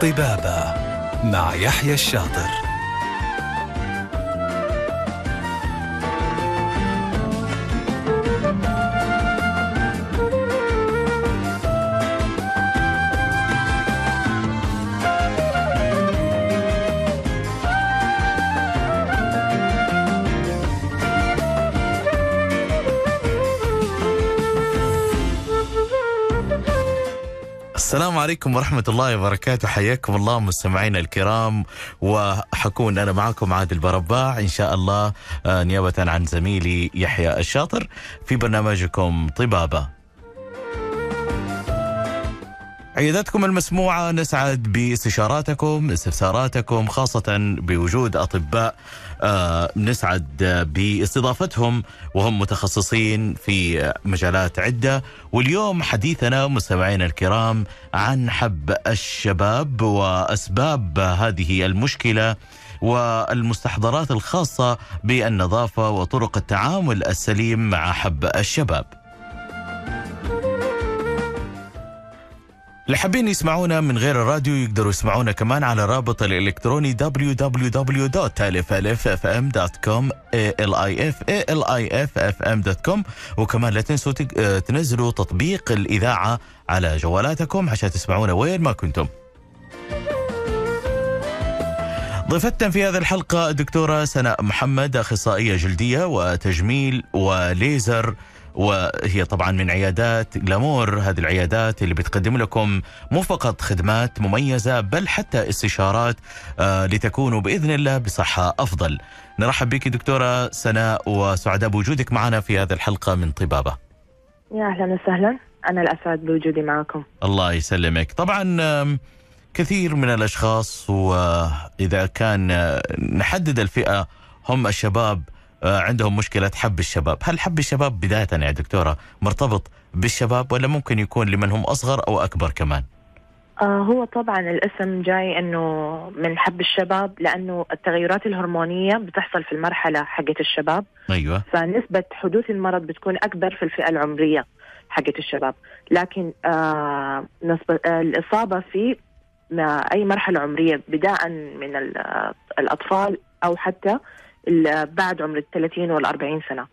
طبابة مع يحيى الشاطر. السلام عليكم ورحمة الله وبركاته، حياكم الله مستمعينا الكرام، وحكون أنا معكم عادل برباع إن شاء الله نيابة عن زميلي يحيى الشاطر في برنامجكم طبابة. عياداتكم المسموعة نسعد باستشاراتكم استفساراتكم، خاصة بوجود أطباء نسعد باستضافتهم وهم متخصصين في مجالات عدة. واليوم حديثنا مستمعينا الكرام عن حب الشباب وأسباب هذه المشكلة والمستحضرات الخاصة بالنظافة وطرق التعامل السليم مع حب الشباب. اللي حابين يسمعونا من غير الراديو يقدروا يسمعونا كمان على الرابط الإلكتروني www.alifffm.com alifffm.com، وكمان لا تنسوا تنزلوا تطبيق الإذاعة على جوالاتكم عشان تسمعونا وين ما كنتم. ضيفتنا في هذه الحلقة الدكتورة سناء محمد، أخصائية جلدية وتجميل وليزر، وهي طبعا من عيادات جلامور. هذه العيادات اللي بتقدم لكم مو فقط خدمات مميزة بل حتى استشارات لتكونوا بإذن الله بصحة أفضل. نرحب بك دكتورة سناء وسعداء بوجودك معنا في هذه الحلقة من طبابة. يا أهلا وسهلا، أنا الأسعد بوجودي معكم. الله يسلمك. طبعا كثير من الأشخاص، وإذا كان نحدد الفئة هم الشباب، عندهم مشكلة حب الشباب. هل حب الشباب بداية يا دكتورة مرتبط بالشباب ولا ممكن يكون لمن هم أصغر أو أكبر كمان؟ هو طبعا الاسم جاي أنه من حب الشباب، لأنه التغيرات الهرمونية بتحصل في المرحلة حقة الشباب. أيوة. فنسبة حدوث المرض بتكون أكبر في الفئة العمرية حقة الشباب، لكن نسبة الإصابة في أي مرحلة عمرية بداء من الأطفال أو حتى بعد عمر 30 وال40 سنة.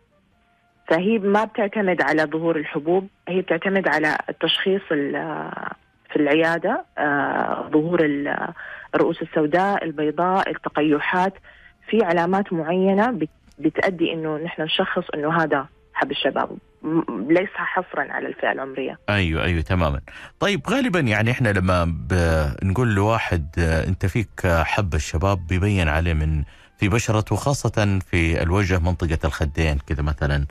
فهي ما بتعتمد على ظهور الحبوب، هي بتعتمد على التشخيص في العيادة، ظهور الرؤوس السوداء، البيضاء، التقيحات، في علامات معينة بتؤدي إنه نحن نشخص إنه هذا حب الشباب، ليس حصرا على الفئة العمرية. أيوة تماما. طيب غالبا يعني إحنا لما نقول لواحد أنت فيك حب الشباب بيبين عليه من في بشرته، خاصة في الوجه منطقة الخدين كذا مثلا.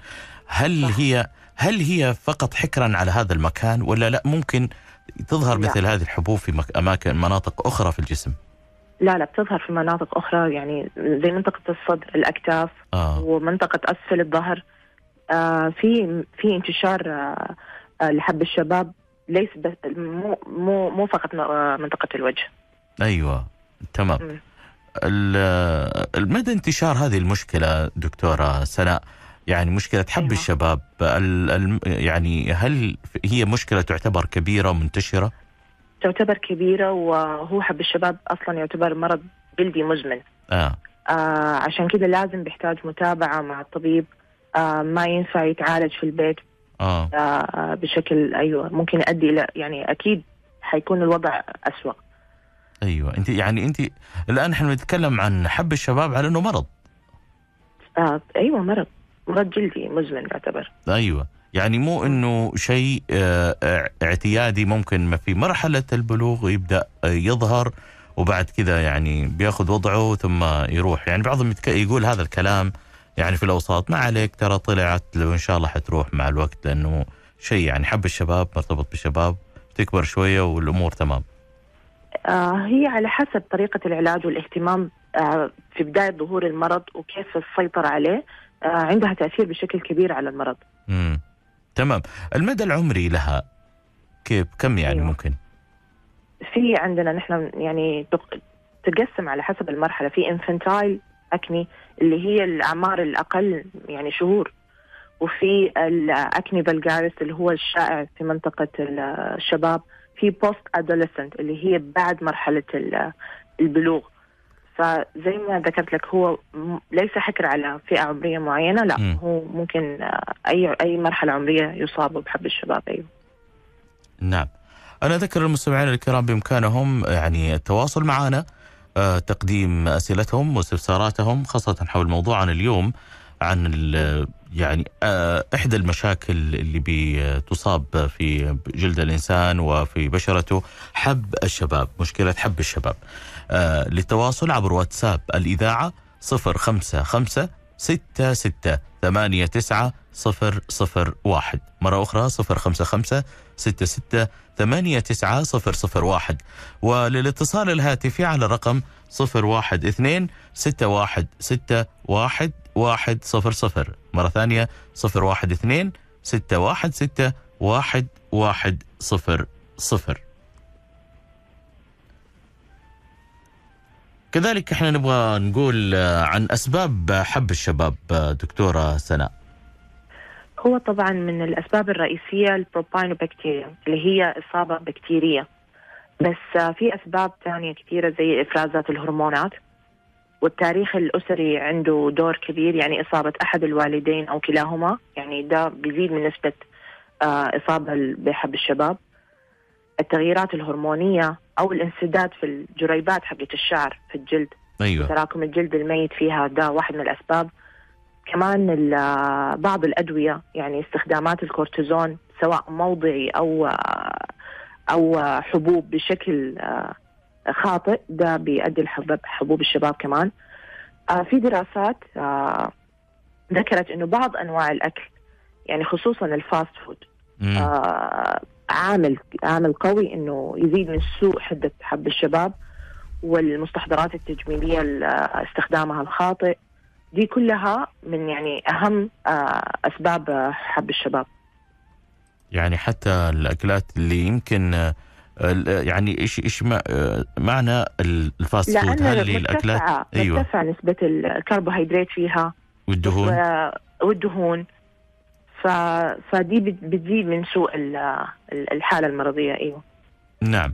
هل هي فقط حكرا على هذا المكان ولا لا ممكن تظهر مثل هذه الحبوب في مناطق أخرى في الجسم؟ لا بتظهر في مناطق أخرى، يعني زي منطقة الصدر، الأكتاف، ومنطقة أسفل الظهر. في انتشار لحب الشباب، ليس بس مو فقط منطقة الوجه. أيوة تمام. المدى انتشار هذه المشكلة دكتورة سناء، يعني مشكلة حب الشباب، يعني هل هي مشكلة تعتبر كبيرة ومنتشرة؟ تعتبر كبيرة، وهو حب الشباب أصلا يعتبر مرض جلدي مزمن. عشان كده لازم بيحتاج متابعة مع الطبيب، ما ينفع يتعالج في البيت بشكل ممكن يؤدي إلى، يعني أكيد حيكون الوضع أسوأ. أيوة. أنت الآن احنا نتكلم عن حب الشباب على أنه مرض. أيوة مرض جلدي مزمن يعتبر. أيوة، يعني مو أنه شيء اعتيادي ممكن ما في مرحلة البلوغ يبدأ يظهر وبعد كذا يعني بياخذ وضعه ثم يروح. يعني بعضهم يقول هذا الكلام يعني في الأوساط، ما عليك ترى طلعت لو إن شاء الله حتروح مع الوقت، لأنه شيء يعني حب الشباب مرتبط بالشباب، تكبر شوية والأمور تمام. هي على حسب طريقة العلاج والاهتمام في بداية ظهور المرض وكيف السيطرة عليه، عندها تأثير بشكل كبير على المرض. تمام. المدى العمري لها كم يعني؟ ممكن في عندنا نحن يعني تقسم على حسب المرحلة. في انفنتايل أكني اللي هي الأعمار الأقل يعني شهور، وفي الأكني فالجاريس اللي هو الشائع في منطقة الشباب، في بوست ادوليسنت اللي هي بعد مرحلة البلوغ. فزي ما ذكرت لك هو ليس حكر على فئة عمرية معينة، لا هو ممكن أي مرحلة عمرية يصابوا بحب الشباب. أيوه. نعم. أنا أذكر المستمعين الكرام بإمكانهم يعني التواصل معنا، تقديم أسئلتهم واستفساراتهم خاصة حول موضوعنا اليوم عن يعني إحدى المشاكل اللي بتصاب في جلد الإنسان وفي بشرته، حب الشباب، مشكلة حب الشباب. للتواصل عبر واتساب الإذاعة 055-66-89-001. مرة أخرى 055-66-89-001. وللاتصال الهاتفي على الرقم 012-616-1100. مرة ثانية 012-616-1100. كذلك احنا نبغى نقول عن أسباب حب الشباب دكتورة سناء. هو طبعا من الأسباب الرئيسية البروباينوبكتيريا اللي هي إصابة بكتيرية، بس في أسباب ثانية كثيرة زي إفرازات الهرمونات، والتاريخ الأسري عنده دور كبير، يعني إصابة أحد الوالدين أو كلاهما يعني ده بيزيد من نسبة إصابة بحب الشباب. التغييرات الهرمونية أو الانسداد في الجريبات حقت الشعر في الجلد، أيوة. تراكم الجلد الميت فيها ده واحد من الأسباب. كمان بعض الأدوية يعني استخدامات الكورتيزون سواء موضعي أو حبوب بشكل خاطئ ده بيؤدي لحبوب الشباب كمان. في دراسات ذكرت إنه بعض أنواع الأكل يعني خصوصا الفاست فود عامل قوي إنه يزيد من سوء حدة حب الشباب، والمستحضرات التجميلية استخدامها الخاطئ دي كلها من يعني أهم أسباب حب الشباب. يعني حتى الأكلات اللي يمكن يعني إيش معنى الفاست فود؟ هل الأكلات مرتفع نسبة الكربوهيدرات فيها والدهون، فدي بتزيد من سوء الحالة المرضية. أيوة. نعم.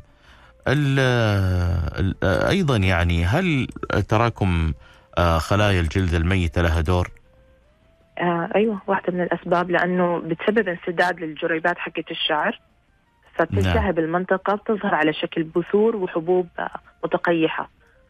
أيضا يعني هل تراكم خلايا الجلد الميتة لها دور؟ أيوة، واحدة من الأسباب، لأنه بتسبب انسداد للجريبات حقت الشعر، فبتلتهب المنطقة، بتظهر على شكل بثور وحبوب متقيحة.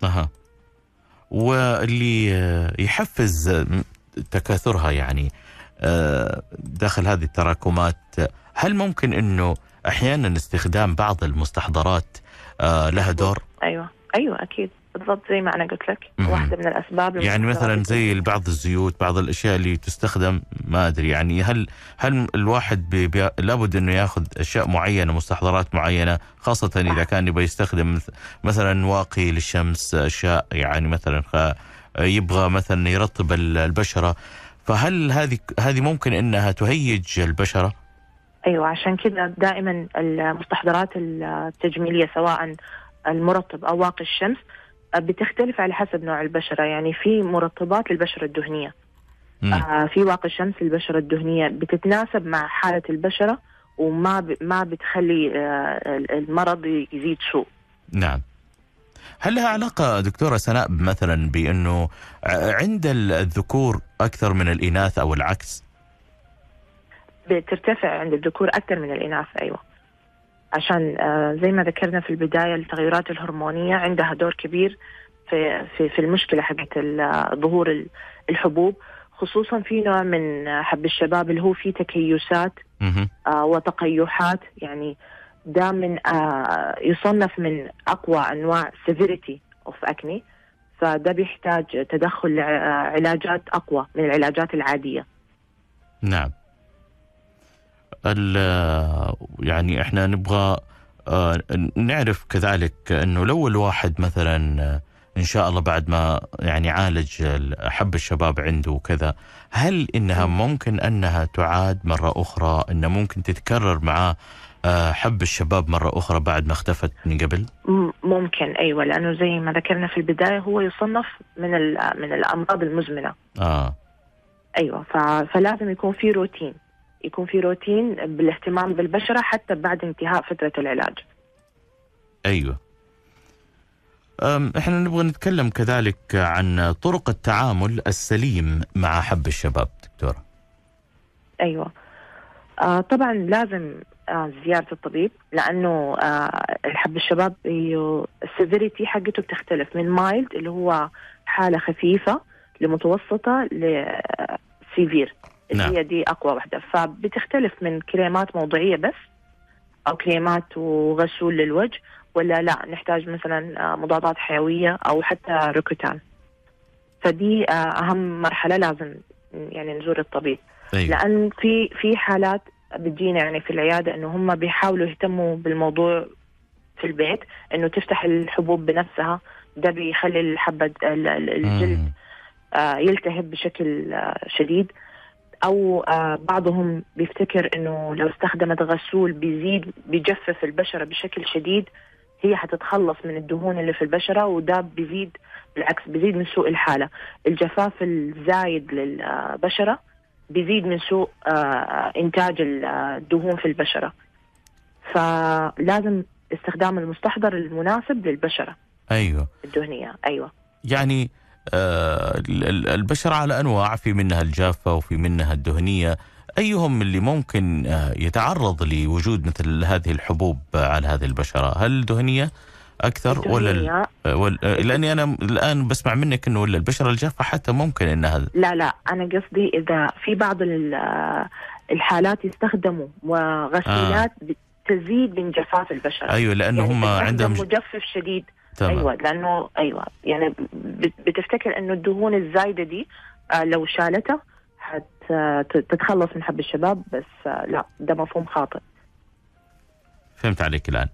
واللي يحفز تكاثرها يعني داخل هذه التراكمات، هل ممكن أنه أحيانا استخدام بعض المستحضرات لها دور؟ أيوة أكيد بالضبط زي ما أنا قلت لك. واحدة من الأسباب يعني مثلا زي بعض الزيوت، بعض الأشياء اللي تستخدم، ما أدري يعني هل الواحد لابد أنه يأخذ أشياء معينة، مستحضرات معينة، خاصة إذا كان يبغى يستخدم مثلا واقي للشمس، أشياء يعني مثلا يبغى مثلا يرطب البشرة، فهل هذه ممكن أنها تهيج البشرة؟ أيوة، عشان كذا دائما المستحضرات التجميلية سواء المرطب أو واقي الشمس بتختلف على حسب نوع البشرة. يعني في مرطبات للبشرة الدهنية، في واقي الشمس للبشرة الدهنية بتتناسب مع حالة البشرة وما بتخلي المرض يزيد سوء. نعم. هل لها علاقة دكتورة سناء مثلا بأنه عند الذكور أكثر من الإناث أو العكس؟ بترتفع عند الذكور أكثر من الإناث. أيوة، عشان زي ما ذكرنا في البداية التغيرات الهرمونية عندها دور كبير في المشكلة حقت ظهور الحبوب، خصوصا في نوع من حب الشباب اللي هو فيه تكيسات وتقيحات. يعني ده من يصنف من أقوى أنواع severity of acne، فده بيحتاج تدخل علاجات أقوى من العلاجات العادية. نعم. يعني احنا نبغى نعرف كذلك انه لو الواحد مثلا ان شاء الله بعد ما يعني عالج حب الشباب عنده وكذا، هل انها ممكن انها تعاد مرة اخرى، انه ممكن تتكرر معاه حب الشباب مرة اخرى بعد ما اختفت من قبل؟ ممكن. ايوه، لانه زي ما ذكرنا في البداية هو يصنف من الامراض المزمنة. ايوه، فلازم يكون في روتين بالاهتمام بالبشرة حتى بعد انتهاء فترة العلاج. أيوة. احنا نبغى نتكلم كذلك عن طرق التعامل السليم مع حب الشباب دكتورة. أيوة. طبعا لازم زيارة الطبيب، لأنه الحب الشباب السيفيريتي حقته بتختلف من مايلد اللي هو حالة خفيفة لمتوسطة لسيفير اللي هي دي أقوى واحدة. فبتختلف من كريمات موضعية بس أو كريمات وغسول للوجه، ولا لا نحتاج مثلا مضادات حيوية أو حتى روكوتان. فدي أهم مرحلة لازم يعني نزور الطبيب. أيوة. لأن في حالات بتجينا يعني في العيادة إنه هم بيحاولوا يهتموا بالموضوع في البيت، إنه تفتح الحبوب بنفسها، ده بيخلي الحبة الجلد يلتهب بشكل شديد. أو بعضهم بيفتكر إنه لو استخدمت غسول بيجفف البشرة بشكل شديد، هي حتتخلص من الدهون اللي في البشرة، وده بيزيد بالعكس بيزيد من سوء الحالة. الجفاف الزايد للبشرة بيزيد من سوء إنتاج الدهون في البشرة. فلازم استخدام المستحضر المناسب للبشرة. أيوة. الدهنية. أيوة. يعني البشرة على أنواع، في منها الجافة وفي منها الدهنية. أيهم اللي ممكن يتعرض لوجود مثل هذه الحبوب على هذه البشرة؟ هل الدهنية أكثر الدهنية لأني أنا الآن بسمع منك أنه البشرة الجافة حتى ممكن أنها لا أنا قصدي إذا في بعض الحالات يستخدموا وغسولات تزيد من جفاف البشرة. أيوة، لأنه يعني هم عندهم مجفف شديد. تمام. أيوة، لأنه أيوة يعني بتفتكر إنه الدهون الزايدة دي لو شالتها تتخلص من حب الشباب، بس لا، ده مفهوم خاطئ. فهمت عليك الآن.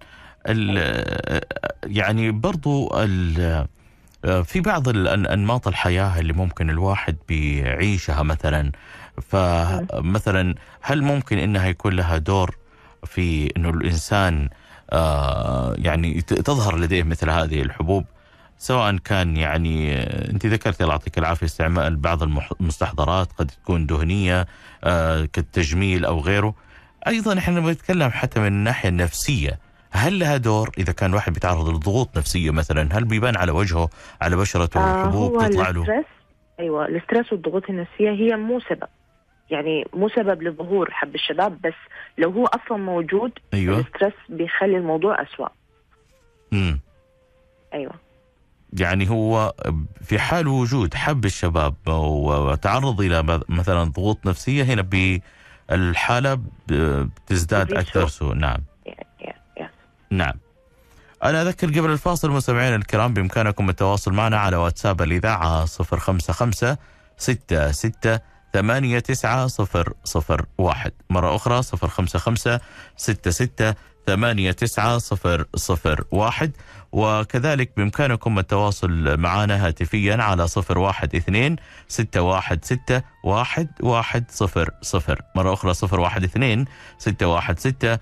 يعني برضو في بعض الأنماط الحياة اللي ممكن الواحد بيعيشها مثلا، فمثلا هل ممكن إنها يكون لها دور في إنه الإنسان يعني تظهر لديه مثل هذه الحبوب، سواء كان يعني أنت ذكرت الله يعطيك العافية استعمال بعض المستحضرات قد تكون دهنية كالتجميل أو غيره. أيضا إحنا بنتكلم حتى من الناحية النفسية، هل لها دور إذا كان واحد بيتعرض لضغوط نفسية مثلا؟ هل بيبان على وجهه على بشرته حبوب تطلع له؟ أيوة، الاسترس والضغوط النفسية هي مو سبب، يعني مو سبب لظهور حب الشباب، بس لو هو أصلا موجود أيوة. الاسترس بيخلي الموضوع أسوأ. أيوة. يعني هو في حال وجود حب الشباب وتعرض إلى مثلا ضغوط نفسية، هنا بالحالة بتزداد أكثر سوء. نعم. نعم. أنا أذكر قبل الفاصل مستمعين الكرام بإمكانكم التواصل معنا على واتساب الإذاعة 055 66 89 مرة أخرى 055 66 89 وكذلك بإمكانكم التواصل معنا هاتفيا على 012 616 1100. مرة أخرى 012 616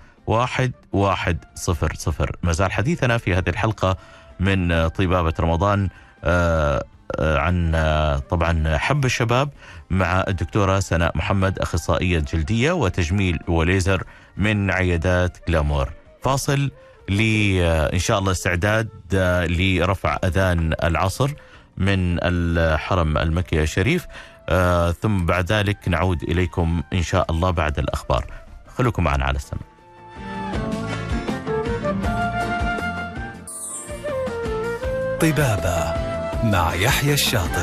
1100. ما زال حديثنا في هذه الحلقة من طيبابة رمضان عن طبعا حب الشباب مع الدكتورة سناء محمد، أخصائية جلدية وتجميل وليزر من عيادات جلامور. فاصل إن شاء الله استعداد لرفع أذان العصر من الحرم المكي الشريف، ثم بعد ذلك نعود إليكم إن شاء الله بعد الأخبار. خلوكم معنا على السمع. طبابة مع يحيى الشاطر.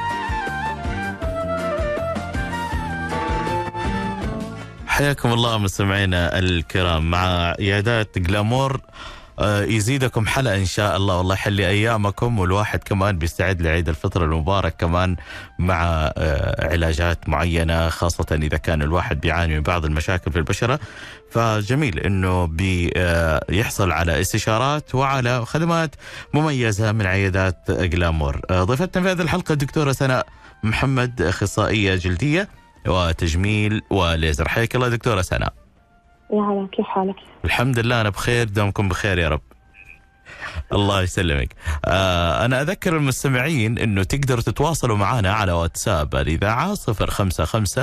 حياكم الله مستمعينا الكرام مع عيادات جلامور. يزيدكم حلقة إن شاء الله، والله يحلي أيامكم، والواحد كمان بيستعد لعيد الفطر المبارك كمان مع علاجات معينة، خاصة إذا كان الواحد بيعاني من بعض المشاكل في البشرة. فجميل إنه بيحصل على استشارات وعلى خدمات مميزة من عيادات جلامور. ضيفتنا في هذه الحلقة الدكتورة سناء محمد، أخصائية جلدية وتجميل وليزر. حياك الله دكتورة سناء. يا هلا، كيف حالك؟ الحمد لله أنا بخير، دومكم بخير يا رب. الله يسلمك. أنا أذكر المستمعين أنه تقدروا تتواصلوا معنا على واتساب الإذاعة 055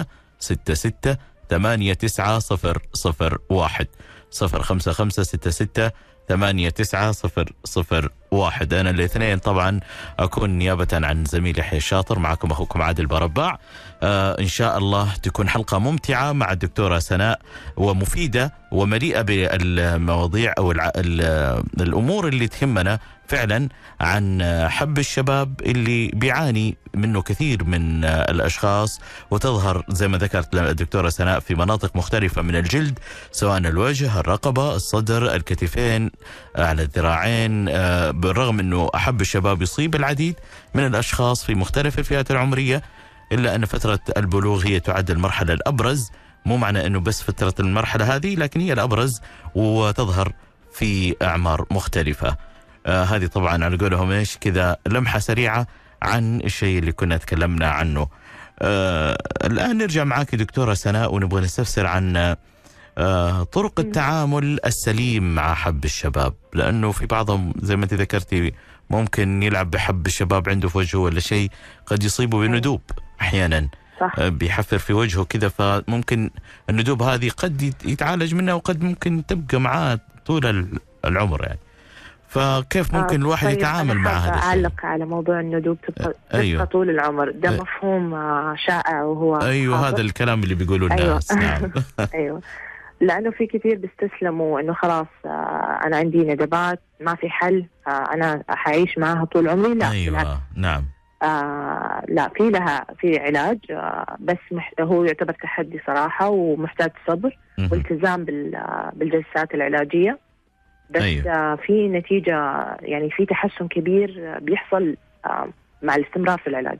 66 89 001 055 66 890001. أنا الاثنين طبعا أكون نيابة عن زميلي يحيى الشاطر، معكم أخوكم عادل برباع. إن شاء الله تكون حلقة ممتعة مع الدكتورة سناء ومفيدة ومليئة بالمواضيع أو الأمور اللي تهمنا فعلا عن حب الشباب اللي بيعاني منه كثير من الأشخاص، وتظهر زي ما ذكرت الدكتورة سناء في مناطق مختلفة من الجلد، سواء الوجه، الرقبة، الصدر، الكتفين، على الذراعين. بالرغم أنه حب الشباب يصيب العديد من الأشخاص في مختلف الفئات العمرية، إلا أن فترة البلوغ هي تعد المرحلة الأبرز. مو معنى أنه بس فترة المرحلة هذه، لكن هي الأبرز وتظهر في أعمار مختلفة. هذه طبعا على قولهم إيش كذا لمحة سريعة عن الشيء اللي كنا تكلمنا عنه. الآن نرجع معاك دكتورة سناء ونبغى نستفسر عن طرق التعامل السليم مع حب الشباب، لأنه في بعضهم زي ما أنت ذكرتي ممكن يلعب بحب الشباب عنده في وجهه ولا شيء، قد يصيبه بندوب أحيانا. صح. بيحفر في وجهه كذا، فممكن الندوب هذه قد يتعالج منها وقد ممكن تبقى معاه طول العمر يعني. فكيف ممكن الواحد يتعامل مع هذا الشيء؟ أعلق على موضوع الندوب تبقى أيوة. طول العمر، ده مفهوم شائع وهو أيوة هذا الكلام اللي بيقولوا الناس. أيوة. نعم. أيوة، لأنه في كثير بيستسلموا إنه خلاص أنا عندي ندبات ما في حل، أنا حعيش معها طول عمري. لا، أيوة. نعم. لا، في علاج، بس هو يعتبر تحدي صراحة ومحتاج صبر والتزام بالجلسات العلاجية. بس أيوة. في نتيجة، يعني في تحسن كبير بيحصل مع الاستمرار في العلاج.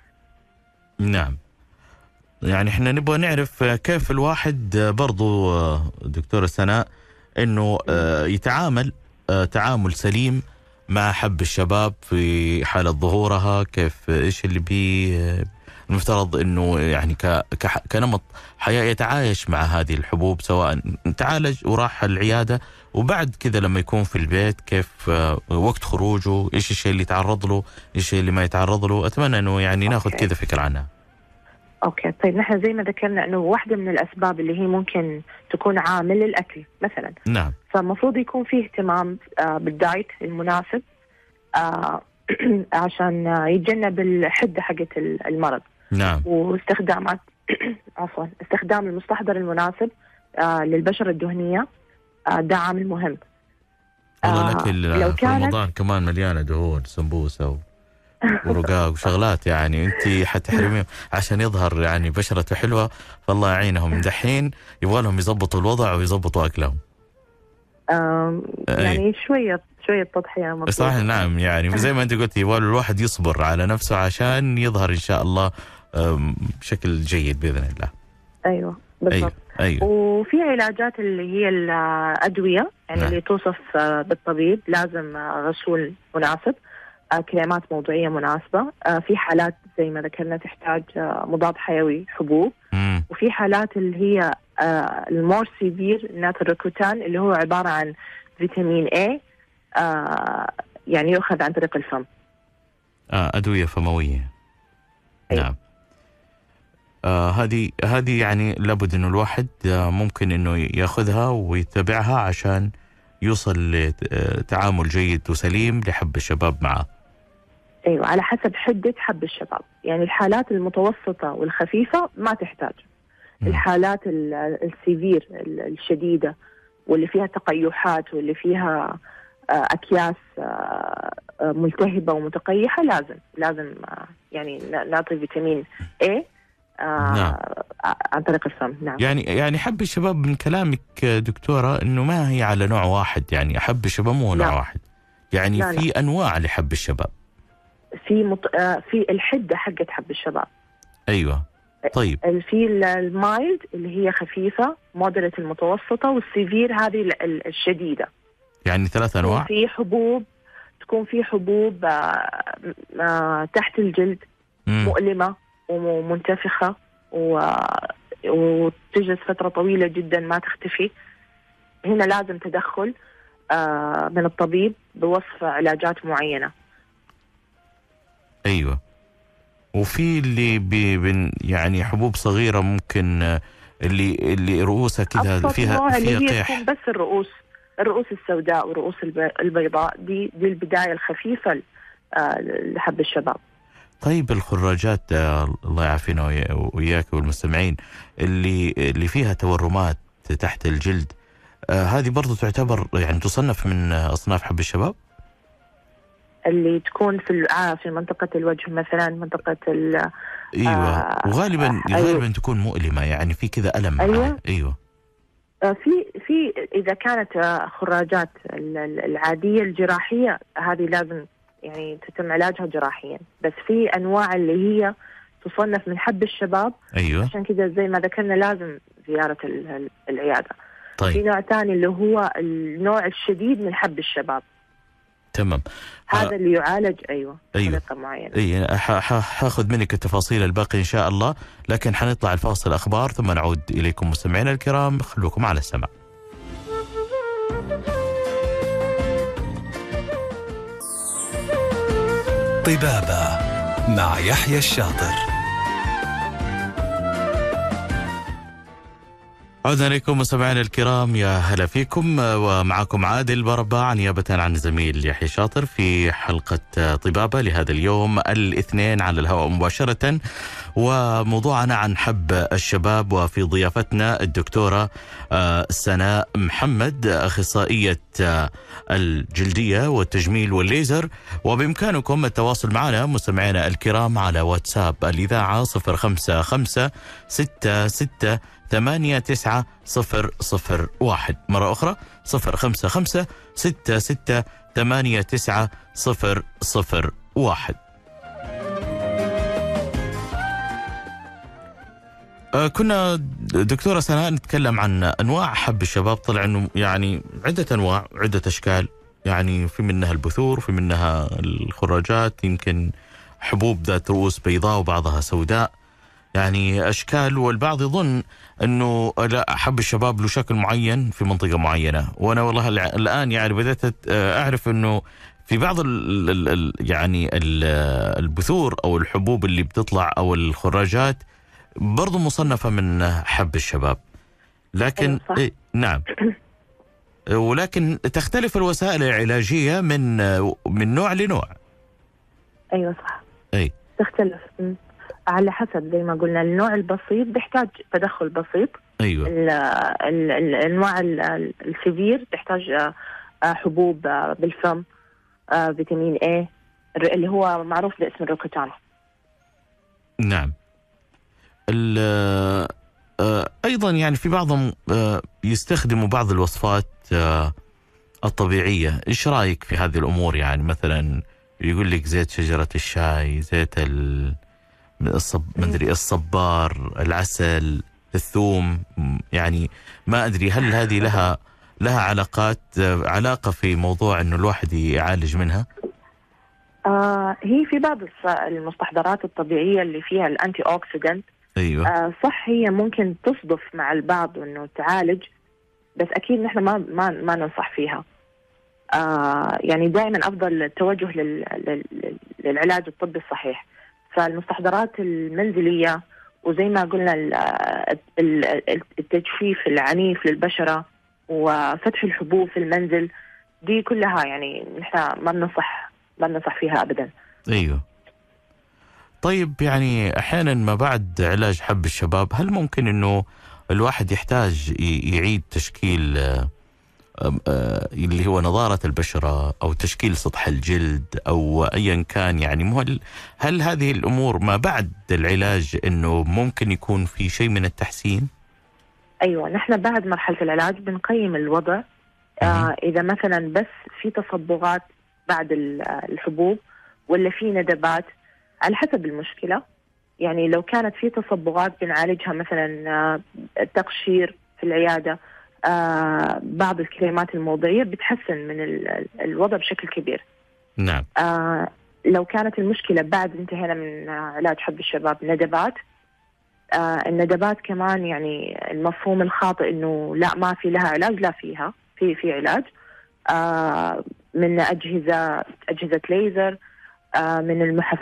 نعم. يعني احنا نبغى نعرف كيف الواحد برضو دكتورة سناء انه يتعامل تعامل سليم مع حب الشباب في حالة ظهورها. كيف ايش اللي المفترض انه يعني كنمط حياة يتعايش مع هذه الحبوب، سواء تعالج وراح العيادة وبعد كذا لما يكون في البيت، كيف وقت خروجه، ايش الشيء اللي يتعرض له، ايش الشيء اللي ما يتعرض له. اتمنى انه يعني ناخذ كذا فكرة عنها. اوكي، طيب نحن زي ما ذكرنا انه واحدة من الاسباب اللي هي ممكن تكون عامل الاكل مثلا. نعم. فالمفروض يكون فيه اهتمام بالدايت المناسب عشان يتجنب الحدة حقة المرض. نعم. واستخدامات استخدام المستحضر المناسب للبشرة الدهنية، ده عامل مهم. والله الأكل في رمضان كمان مليانة دهون، سمبوسة ورقاق وشغلات، يعني انت حتحرميهم عشان يظهر يعني بشرته حلوة. فالله يعينهم، دحين يبغى لهم يضبطوا الوضع ويضبطوا أكلهم. يعني شوية تضحية مطلوبة. صح. نعم. يعني زي ما انت قلتي يبغى الواحد يصبر على نفسه عشان يظهر إن شاء الله بشكل جيد بإذن الله. أيوة بالضبط. أيوة. وفي علاجات اللي هي الأدوية يعني اللي توصف بالطبيب، لازم غسول مناسب، كريمات موضعية مناسبة. في حالات زي ما ذكرنا تحتاج مضاد حيوي، حبوب. وفي حالات اللي هي المور سيفير ناتروكوتان اللي هو عبارة عن فيتامين A، يعني يؤخذ عن طريق الفم. أدوية فموية. أيوة. نعم. هذه يعني لابد إنه الواحد ممكن إنه يأخذها ويتبعها عشان يوصل لتعامل جيد وسليم لحب الشباب معه. أيوة، على حسب حدة حب الشباب. يعني الحالات المتوسطة والخفيفة ما تحتاج. الحالات السيفير الشديدة واللي فيها تقيحات واللي فيها أكياس ملتهبة ومتقيحة لازم يعني نعطي فيتامين A نعم. عن طريق الفم. نعم. يعني حب الشباب من كلامك دكتورة إنه ما هي على نوع واحد، يعني حب الشباب مو نوع واحد، يعني لا في أنواع لحب الشباب. في الحدة حقت حب الشباب. أيوة. طيب في المايلد اللي هي خفيفة، مودريت المتوسطة، والسيفير هذه الشديدة. يعني 3 أنواع. تكون في حبوب تحت الجلد مؤلمة ومنتفخة وتجلس فترة طويلة جدا ما تختفي. هنا لازم تدخل من الطبيب بوصف علاجات معينة. أيوة. وفي اللي يعني حبوب صغيرة ممكن اللي رؤوسها كذا فيها اللي هي قيح. تكون بس الرؤوس الرؤوس السوداء والرؤوس البيضاء دي البداية الخفيفة لحب الشباب. طيب الخراجات الله يعافينا وإياك والمستمعين اللي فيها تورمات تحت الجلد، هذه برضو تعتبر يعني تصنف من أصناف حب الشباب؟ اللي تكون في منطقة الوجه مثلا، منطقة ايوه، وغالبا غالبا تكون مؤلمة، يعني في كذا ألم. ايوه في إذا كانت خراجات العادية الجراحية هذه لازم يعني تتم علاجها جراحيا، بس في أنواع اللي هي تصنف من حب الشباب. ايوه، عشان كذا زي ما ذكرنا لازم زيارة العيادة. طيب. في نوع ثاني اللي هو النوع الشديد من حب الشباب. تمام. هذا اللي يعالج بطريقة معينة. حاخذ منك التفاصيل الباقي إن شاء الله، لكن حنطلع الفاصل أخبار ثم نعود إليكم مستمعينا الكرام، خلوكم على السمع. طبابة مع يحيى الشاطر. عودنا إليكم مستمعينا الكرام، يا هلا فيكم، ومعكم عادل برباع نيابة عن زميل يحيى شاطر في حلقة طبابة لهذا اليوم الاثنين على الهواء مباشرة، وموضوعنا عن حب الشباب، وفي ضيافتنا الدكتورة سناء محمد أخصائية الجلدية والتجميل والليزر. وبإمكانكم التواصل معنا مستمعينا الكرام على واتساب الإذاعة 055-66-89-001. مرة أخرى 055-66-89-001. كنا دكتورة سناء نتكلم عن أنواع حب الشباب. طلع أنه يعني عدة أنواع، عدة أشكال، يعني في منها البثور، في منها الخراجات، يمكن حبوب ذات رؤوس بيضاء وبعضها سوداء، يعني أشكال. والبعض يظن أنه لا، حب الشباب له شكل معين في منطقة معينة. وأنا والله الآن يعني بدأت أعرف أنه في بعض يعني البثور أو الحبوب اللي بتطلع أو الخراجات برضو مصنفة من حب الشباب، لكن نعم، ولكن تختلف الوسائل العلاجية من نوع لنوع. أيوة صح، تختلف على حسب زي ما قلنا. النوع البسيط بيحتاج تدخل بسيط. أيوة. الأنواع السيفير تحتاج حبوب بالفم، فيتامين A اللي هو معروف باسم الروكوتان. نعم. أيضا يعني في بعضهم يستخدموا بعض الوصفات الطبيعية. إيش رأيك في هذه الأمور؟ يعني مثلا يقول لك زيت شجرة الشاي، زيت مدري الصبار، العسل، الثوم، يعني ما أدري هل هذه لها علاقة في موضوع إنه الواحد يعالج منها؟ هي في بعض المستحضرات الطبيعية اللي فيها الأنتي أوكسيدنت. أيوة. صح، هي ممكن تصدف مع البعض إنه تعالج، بس أكيد نحن ما ننصح فيها. يعني دائما أفضل التوجه للعلاج الطبي الصحيح. فالمستحضرات المنزلية، وزي ما قلنا التجفيف العنيف للبشرة وفتح الحبوب في المنزل، دي كلها يعني نحن ما بننصح فيها أبدا. أيوه. طيب يعني أحيانا ما بعد علاج حب الشباب، هل ممكن أنه الواحد يحتاج يعيد تشكيل اللي هو نضارة البشرة أو تشكيل سطح الجلد أو أيا كان؟ يعني هل هذه الأمور ما بعد العلاج أنه ممكن يكون في شيء من التحسين؟ أيوة، نحن بعد مرحلة العلاج بنقيم الوضع. إذا مثلا بس في تصبغات بعد الحبوب ولا في ندبات، على حسب المشكلة. يعني لو كانت في تصبغات بنعالجها مثلا تقشير في العيادة، بعض الكريمات الموضعية بتحسن من الوضع بشكل كبير. نعم. لو كانت المشكلة بعد انتهينا من علاج حب الشباب ندبات، الندبات كمان يعني المفهوم الخاطئ انه لا ما في لها علاج، لا فيها في علاج من أجهزة ليزر، من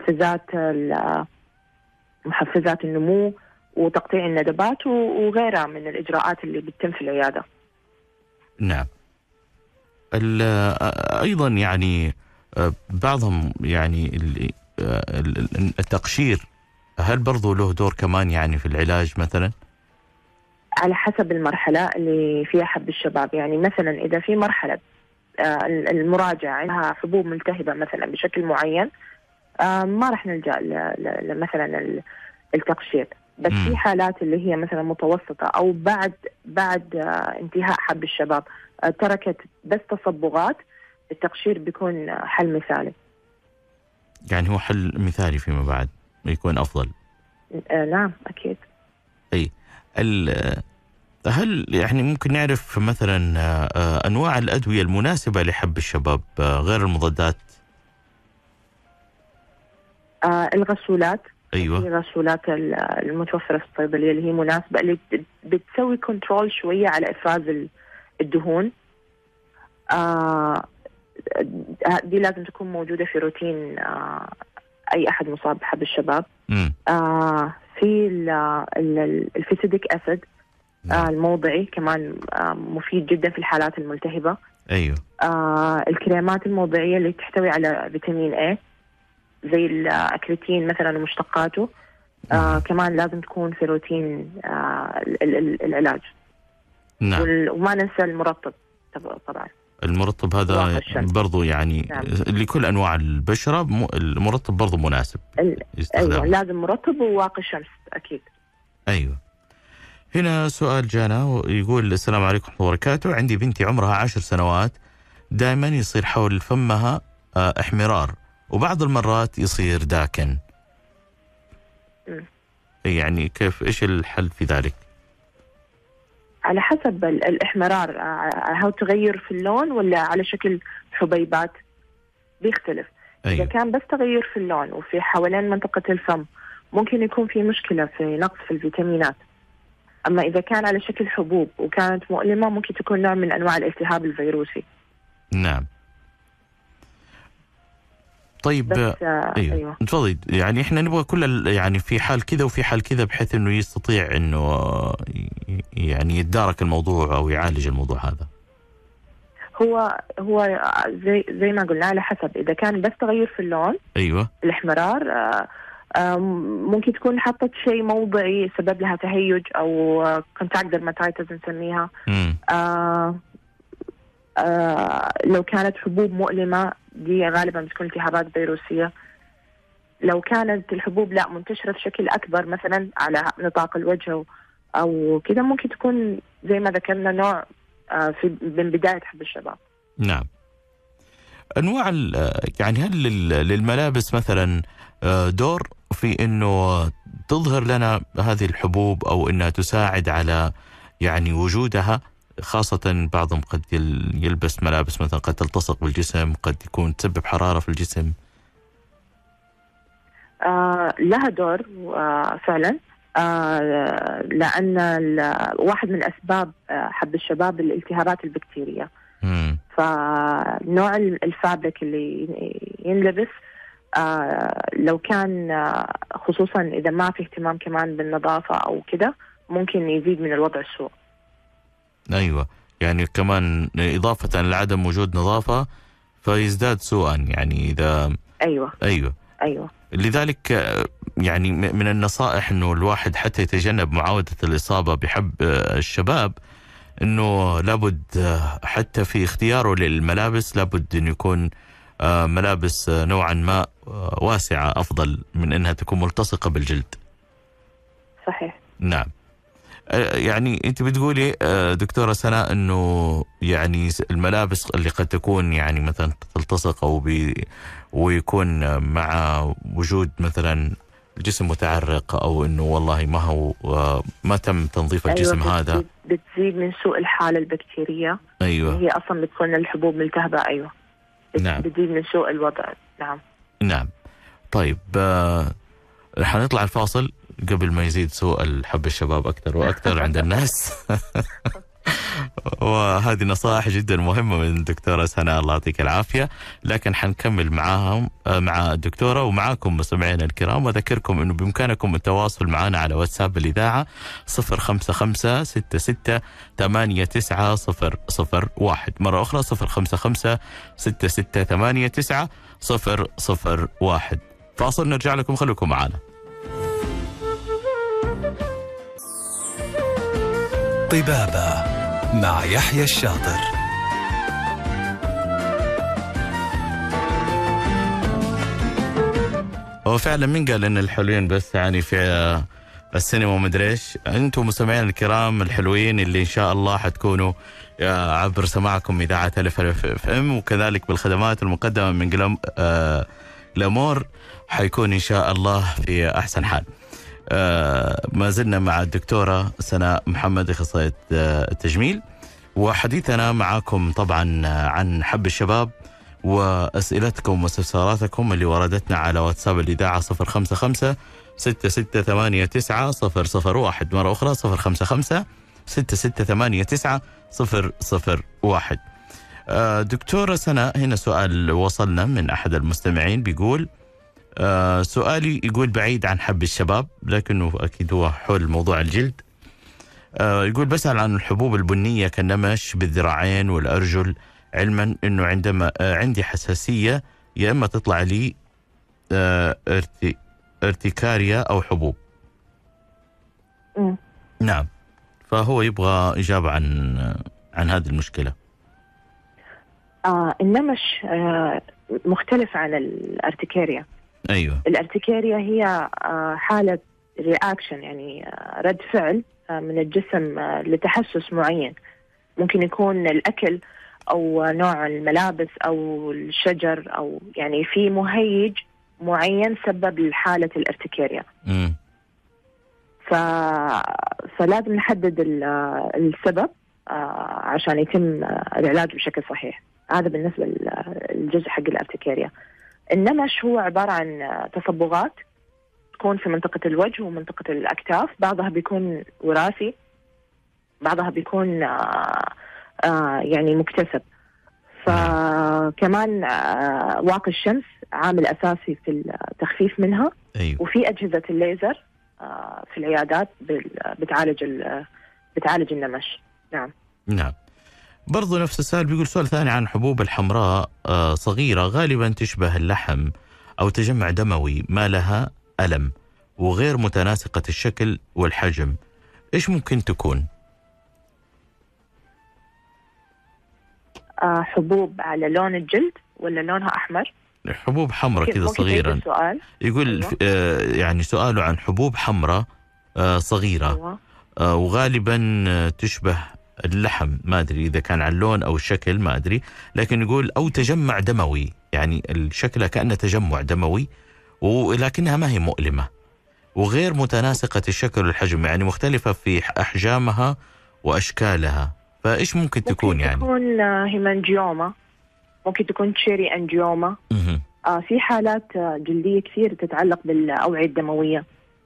محفزات النمو وتقطيع الندبات وغيرها من الإجراءات اللي بتتم في العيادة. نعم. أيضا يعني بعضهم يعني التقشير، هل برضو له دور كمان يعني في العلاج مثلا؟ على حسب المرحلة اللي فيها حب الشباب. يعني مثلا إذا في مرحلة المراجعة عندها حبوب ملتهبة مثلا بشكل معين، ما راح نلجأ مثلا التقشير. بس في حالات اللي هي مثلا متوسطة أو بعد انتهاء حب الشباب تركت بس تصبغات، التقشير بيكون حل مثالي. يعني هو حل مثالي فيما بعد يكون أفضل؟ نعم أكيد. أي هل يعني ممكن نعرف مثلا أنواع الأدوية المناسبة لحب الشباب غير المضادات؟ الغسولات. أيوة. في غسولات المتوفرة في الصيدلية اللي هي مناسبة، اللي بتسوي كنترول شوية على إفراز الدهون. دي لازم تكون موجودة في روتين أي أحد مصاب بحب الشباب. في الفيسيديك أسيد الموضعي كمان مفيد جدا في الحالات الملتهبة. أيوة. الكريمات الموضعية اللي تحتوي على فيتامين A زي الأكريتين مثلا ومشتقاته كمان لازم تكون في روتين العلاج. نعم. وما ننسى المرطب طبعا. المرطب هذا برضو يعني نعم. لكل أنواع البشرة المرطب برضو مناسب. أيوة لازم مرطب وواقي شمس أكيد. أيوة. هنا سؤال جانا يقول: السلام عليكم ورحمة الله وبركاته، عندي بنتي عمرها 10 سنوات دائما يصير حول فمها احمرار وبعض المرات يصير داكن. يعني كيف، إيش الحل في ذلك؟ على حسب الإحمرار، هل تغير في اللون ولا على شكل حبيبات بيختلف. أيوة. إذا كان بس تغير في اللون وفي حوالين منطقة الفم ممكن يكون في مشكلة في نقص في الفيتامينات. أما إذا كان على شكل حبوب وكانت مؤلمة ممكن تكون نوع من أنواع الالتهاب الفيروسي. نعم. طيب. أيوة. تفضل. يعني إحنا نبغى كل يعني في حال كذا وفي حال كذا بحيث إنه يستطيع إنه يعني يتدارك الموضوع أو يعالج الموضوع هذا. هو زي ما قلنا على حسب. إذا كان بس تغير في اللون، أيوة، الإحمرار، ممكن تكون حطت شيء موضعي سبب لها تهيج أو كونتاكت ديرماتايتس نسميها. لو كانت حبوب مؤلمة دي غالبا بتكون التهابات فيروسية. لو كانت الحبوب لا منتشرة بشكل أكبر مثلا على نطاق الوجه أو كده ممكن تكون زي ما ذكرنا نوع من بداية حب الشباب. نعم. أنواع يعني هل للملابس مثلا دور في إنه تظهر لنا هذه الحبوب أو إنها تساعد على يعني وجودها، خاصة بعضهم قد يلبس ملابس مثلا قد تلتصق بالجسم، قد يكون تسبب حرارة في الجسم؟ لها دور فعلا. لأن واحد من أسباب حب الشباب الالتهابات البكتيرية. فنوع الفابريك اللي ينلبس لو كان خصوصا إذا ما في اهتمام كمان بالنظافة أو كده ممكن يزيد من الوضع السوء. أيوة، يعني كمان إضافة لعدم وجود نظافة فيزداد سوءا يعني إذا. أيوة. لذلك يعني من النصائح أنه الواحد حتى يتجنب معاودة الإصابة بحب الشباب أنه لابد حتى في اختياره للملابس لابد أن يكون ملابس نوعا ما واسعة أفضل من أنها تكون ملتصقة بالجلد. صحيح. نعم. يعني أنت بتقولي دكتورة سناء أنه يعني الملابس اللي قد تكون يعني مثلا تلتصق أو ويكون مع وجود مثلا الجسم متعرق أو أنه والله ما تم تنظيف الجسم. أيوة، هذا بتزيد من سوء الحالة البكتيرية. أيوة. هي أصلا بتكون الحبوب ملتهبة. أيوة. نعم. بتزيد من سوء الوضع. نعم. طيب حنطلع الفاصل قبل ما يزيد سوء الحب الشباب أكثر وأكثر عند الناس. وهذه نصائح جدا مهمة من الدكتورة سناء، الله يعطيك العافية. لكن حنكمل معاهم مع الدكتورة ومعاكم مستمعينا الكرام، وأذكركم أنه بإمكانكم التواصل معنا على واتساب الإذاعة 055-66-89-001. مرة أخرى 055-66-89-001. فاصل نرجع لكم، خليكم معنا. طبابة مع يحيى الشاطر. هو فعلا من قال ان الحلوين بس يعني في السينما ومدري ايش؟ انتم مستمعين الكرام الحلوين اللي ان شاء الله حتكونوا عبر سماعكم اذاعه الف اف ام، وكذلك بالخدمات المقدمه من جلامور حيكون ان شاء الله في احسن حال. ما زلنا مع الدكتورة سناء محمد أخصائية التجميل، وحديثنا معكم طبعا عن حب الشباب وأسئلتكم واستفساراتكم اللي وردتنا على واتساب الإذاعة 055-6689-001. مرة أخرى 055-6689-001. دكتورة سناء، هنا سؤال وصلنا من أحد المستمعين بيقول سؤالي يقول بعيد عن حب الشباب لكنه أكيد هو حول موضوع الجلد. يقول بسأل عن الحبوب البنية كالنمش بالذراعين والأرجل، علما أنه عندما عندي حساسية يا إما تطلع لي ارتكاريا أو حبوب. نعم، فهو يبغى إجابة عن هذه المشكلة. النمش مختلف عن الارتكاريا. أيوة. الارتكاريا هي حالة رياكشن، يعني رد فعل من الجسم لتحسس معين، ممكن يكون الأكل أو نوع الملابس أو الشجر، أو يعني في مهيج معين سبب حالة الارتكاريا. فلازم نحدد السبب عشان يتم العلاج بشكل صحيح. هذا بالنسبة للجزء حق الارتكاريا. النمش هو عبارة عن تصبغات تكون في منطقة الوجه ومنطقة الأكتاف، بعضها بيكون وراثي، بعضها بيكون يعني مكتسب. فكمان واقي الشمس عامل أساسي في التخفيف منها. أيوة. وفي أجهزة الليزر في العيادات بتعالج النمش. نعم. برضو نفس السؤال بيقول سؤال ثاني عن حبوب الحمراء صغيرة غالبا تشبه اللحم أو تجمع دموي، ما لها ألم وغير متناسقة الشكل والحجم، إيش ممكن تكون؟ حبوب على لون الجلد ولا لونها أحمر؟ حبوب حمراء كذا صغيرة. يقول يعني سؤاله عن حبوب حمراء صغيرة. وغالبا تشبه اللحم، ما أدري إذا كان عن اللون أو الشكل ما أدري، لكن يقول أو تجمع دموي، يعني الشكل كأنه تجمع دموي ولكنها ما هي مؤلمة، وغير متناسقة الشكل والحجم، يعني مختلفة في أحجامها وأشكالها. فإيش ممكن تكون؟ يعني ممكن تكون هيمانجيوما، ممكن تكون تشيري أنجيوما. في حالات جلدية كثير تتعلق بالأوعية الدموية.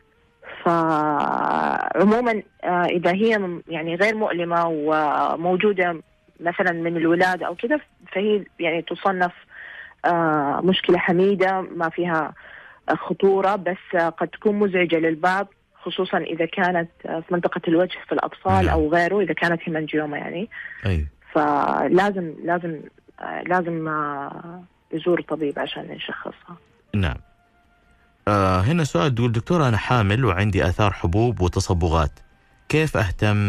فعموما إذا هي يعني غير مؤلمة وموجودة مثلا من الولادة أو كده، فهي يعني تصنف مشكلة حميدة ما فيها خطورة، بس قد تكون مزعجة للبعض، خصوصا إذا كانت في منطقة الوجه في الأطفال أو غيره، إذا كانت هيمانجيوما يعني. أيوة. فلازم لازم لازم يزور طبيب عشان يشخصها. نعم. هنا سؤال تقول دكتور أنا حامل وعندي آثار حبوب وتصبغات، كيف أهتم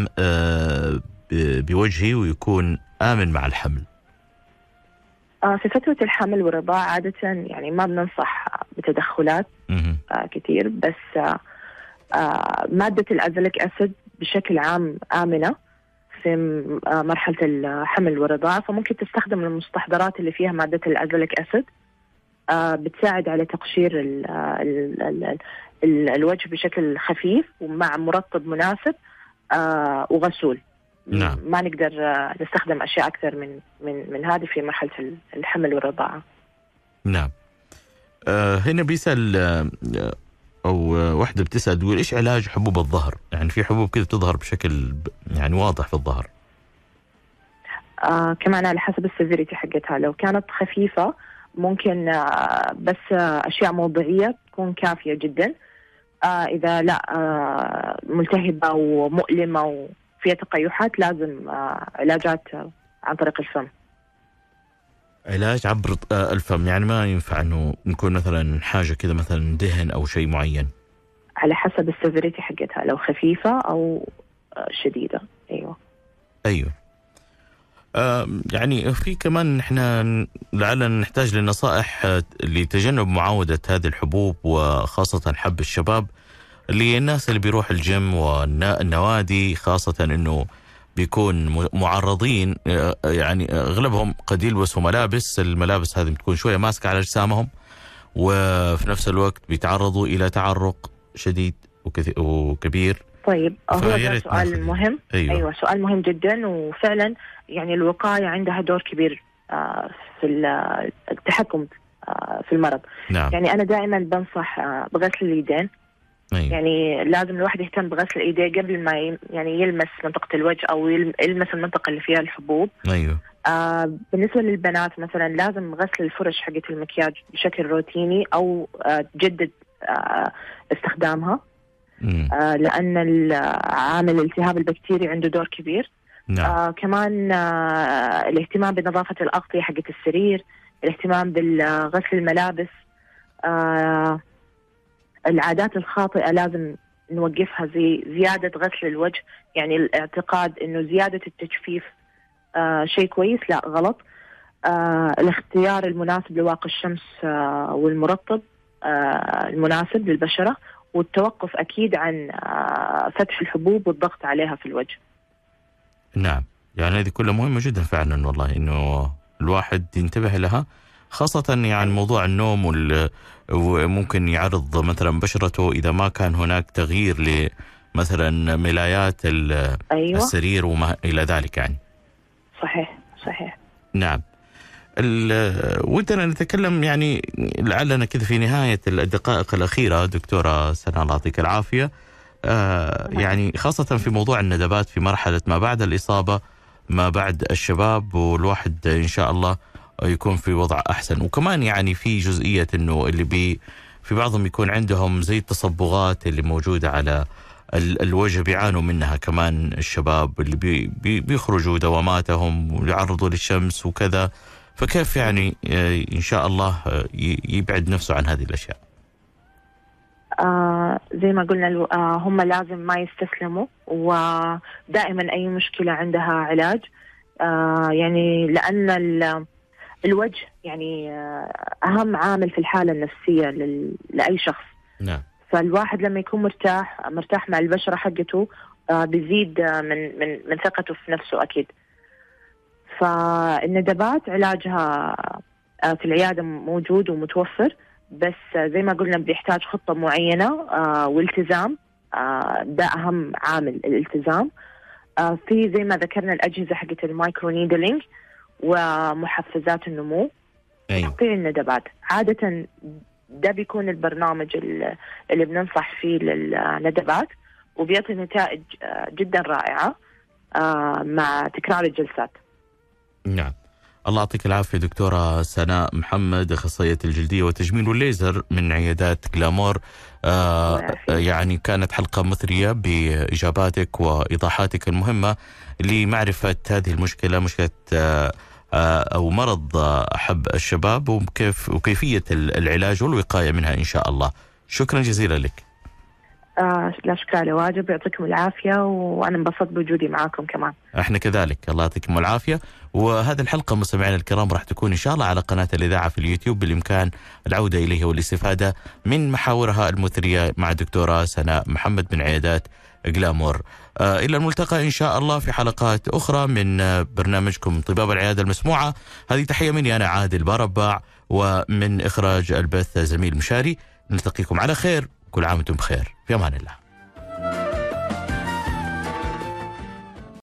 بوجهي ويكون آمن مع الحمل؟ في فترة الحمل والرضاعة عادة يعني ما بننصح بتدخلات كتير، بس مادة الأزليك أسيد بشكل عام آمنة في مرحلة الحمل والرضاعة، فممكن تستخدم المستحضرات اللي فيها مادة الأزليك أسيد، بتساعد على تقشير الوجه بشكل خفيف ومع مرطب مناسب وغسول. نعم. ما نقدر نستخدم أشياء أكثر من هذه في مرحلة الحمل والرضاعة. نعم. هنا بيسأل أو واحدة بتسأل تقول إيش علاج حبوب الظهر؟ يعني في حبوب كذا تظهر بشكل يعني واضح في الظهر. كمان على حسب السيفيريتي حقتها. لو كانت خفيفة ممكن بس أشياء موضعية تكون كافية جدا. إذا لا ملتهبة ومؤلمة وفيها تقيحات لازم علاجات عن طريق الفم. علاج عبر الفم، يعني ما ينفع انه نكون مثلا حاجة كذا مثلا دهن او شيء معين؟ على حسب السيفيريتي حقتها، لو خفيفة او شديدة. ايوه. يعني في كمان احنا لعلنا نحتاج لنصائح لتجنب معاودة هذه الحبوب، وخاصة حب الشباب اللي الناس اللي بيروح الجيم والنوادي، خاصة انه بيكون معرضين، يعني اغلبهم قد يلبسوا الملابس هذه بتكون شوية ماسكة على اجسامهم، وفي نفس الوقت بيتعرضوا الى تعرق شديد وكبير. طيب هو ده سؤال مهم. أيوة سؤال مهم جدا، وفعلا يعني الوقاية عندها دور كبير في التحكم في المرض. نعم. يعني أنا دائما بنصح بغسل اليدين. أيوة. يعني لازم الواحد يهتم بغسل اليدين قبل ما يعني يلمس منطقة الوجه أو يلمس المنطقة اللي فيها الحبوب. أيوة. بالنسبة للبنات مثلا لازم غسل الفرش حقت المكياج بشكل روتيني أو تجدد استخدامها. لأن عامل الالتهاب البكتيري عنده دور كبير. نعم. كمان الاهتمام بنظافة الأغطية حقت السرير، الاهتمام بغسل الملابس. العادات الخاطئة لازم نوقفها، زي زيادة غسل الوجه. يعني الاعتقاد إنه زيادة التجفيف شيء كويس، لا غلط. الاختيار المناسب لواقي الشمس والمرطب المناسب للبشرة، والتوقف أكيد عن فتح الحبوب والضغط عليها في الوجه. نعم، يعني هذه كلها مهمة جدا فعلا والله، إنه الواحد ينتبه لها، خاصة يعني موضوع النوم وممكن يعرض مثلا بشرته إذا ما كان هناك تغيير لمثلا ملايات أيوة. السرير وما إلى ذلك يعني. صحيح. نعم. ودنا نتكلم يعني لعلنا كذا في نهاية الدقائق الأخيرة دكتورة سناء الله يعطيك العافية، يعني خاصة في موضوع الندبات في مرحلة ما بعد الإصابة، ما بعد الشباب، والواحد إن شاء الله يكون في وضع أحسن. وكمان يعني في جزئية إنه اللي في بعضهم يكون عندهم زي التصبغات اللي موجودة على الوجه بيعانوا منها كمان الشباب اللي بيخرجوا دواماتهم ويعرضوا للشمس وكذا، فكيف يعني إن شاء الله يبعد نفسه عن هذه الأشياء؟ زي ما قلنا هم لازم ما يستسلموا، ودائما أي مشكلة عندها علاج. يعني لأن الوجه يعني أهم عامل في الحالة النفسية لأي شخص. نعم. فالواحد لما يكون مرتاح مع البشرة حقته بيزيد من ثقته في نفسه أكيد. فالندبات علاجها في العيادة موجود ومتوفر، بس زي ما قلنا بيحتاج خطة معينة والتزام. ده أهم عامل، الالتزام. في زي ما ذكرنا الأجهزة حقت المايكرو نيدلينج ومحفزات النمو تقطيع الندبات. عادة ده بيكون البرنامج اللي بننصح فيه للندبات، وبيعطي نتائج جدا رائعة مع تكرار الجلسات. نعم. الله يعطيك العافية دكتورة سناء محمد، أخصائية الجلدية والتجميل والليزر من عيادات جلامور. يعني كانت حلقة مثرية بإجاباتك وإيضاحاتك المهمة لمعرفة هذه المشكلة، مشكلة أو مرض حب الشباب، وكيفية العلاج والوقاية منها إن شاء الله. شكرا جزيلا لك. لا شكرا على واجب، يعطيكم العافية، وأنا انبسطت بوجودي معاكم كمان. احنا كذلك، الله يعطيكم العافية. وهذه الحلقة مستمعينا الكرام راح تكون إن شاء الله على قناة الإذاعة في اليوتيوب، بالإمكان العودة إليها والاستفادة من محاورها المثرية مع الدكتورة سناء محمد من عيادات جلامور. إلى الملتقى إن شاء الله في حلقات أخرى من برنامجكم طباب العيادة المسموعة. هذه تحية مني أنا عادل باربع، ومن إخراج البث زميل مشاري. نلتقيكم على خير، كل عام وانتم بخير، في أمان الله.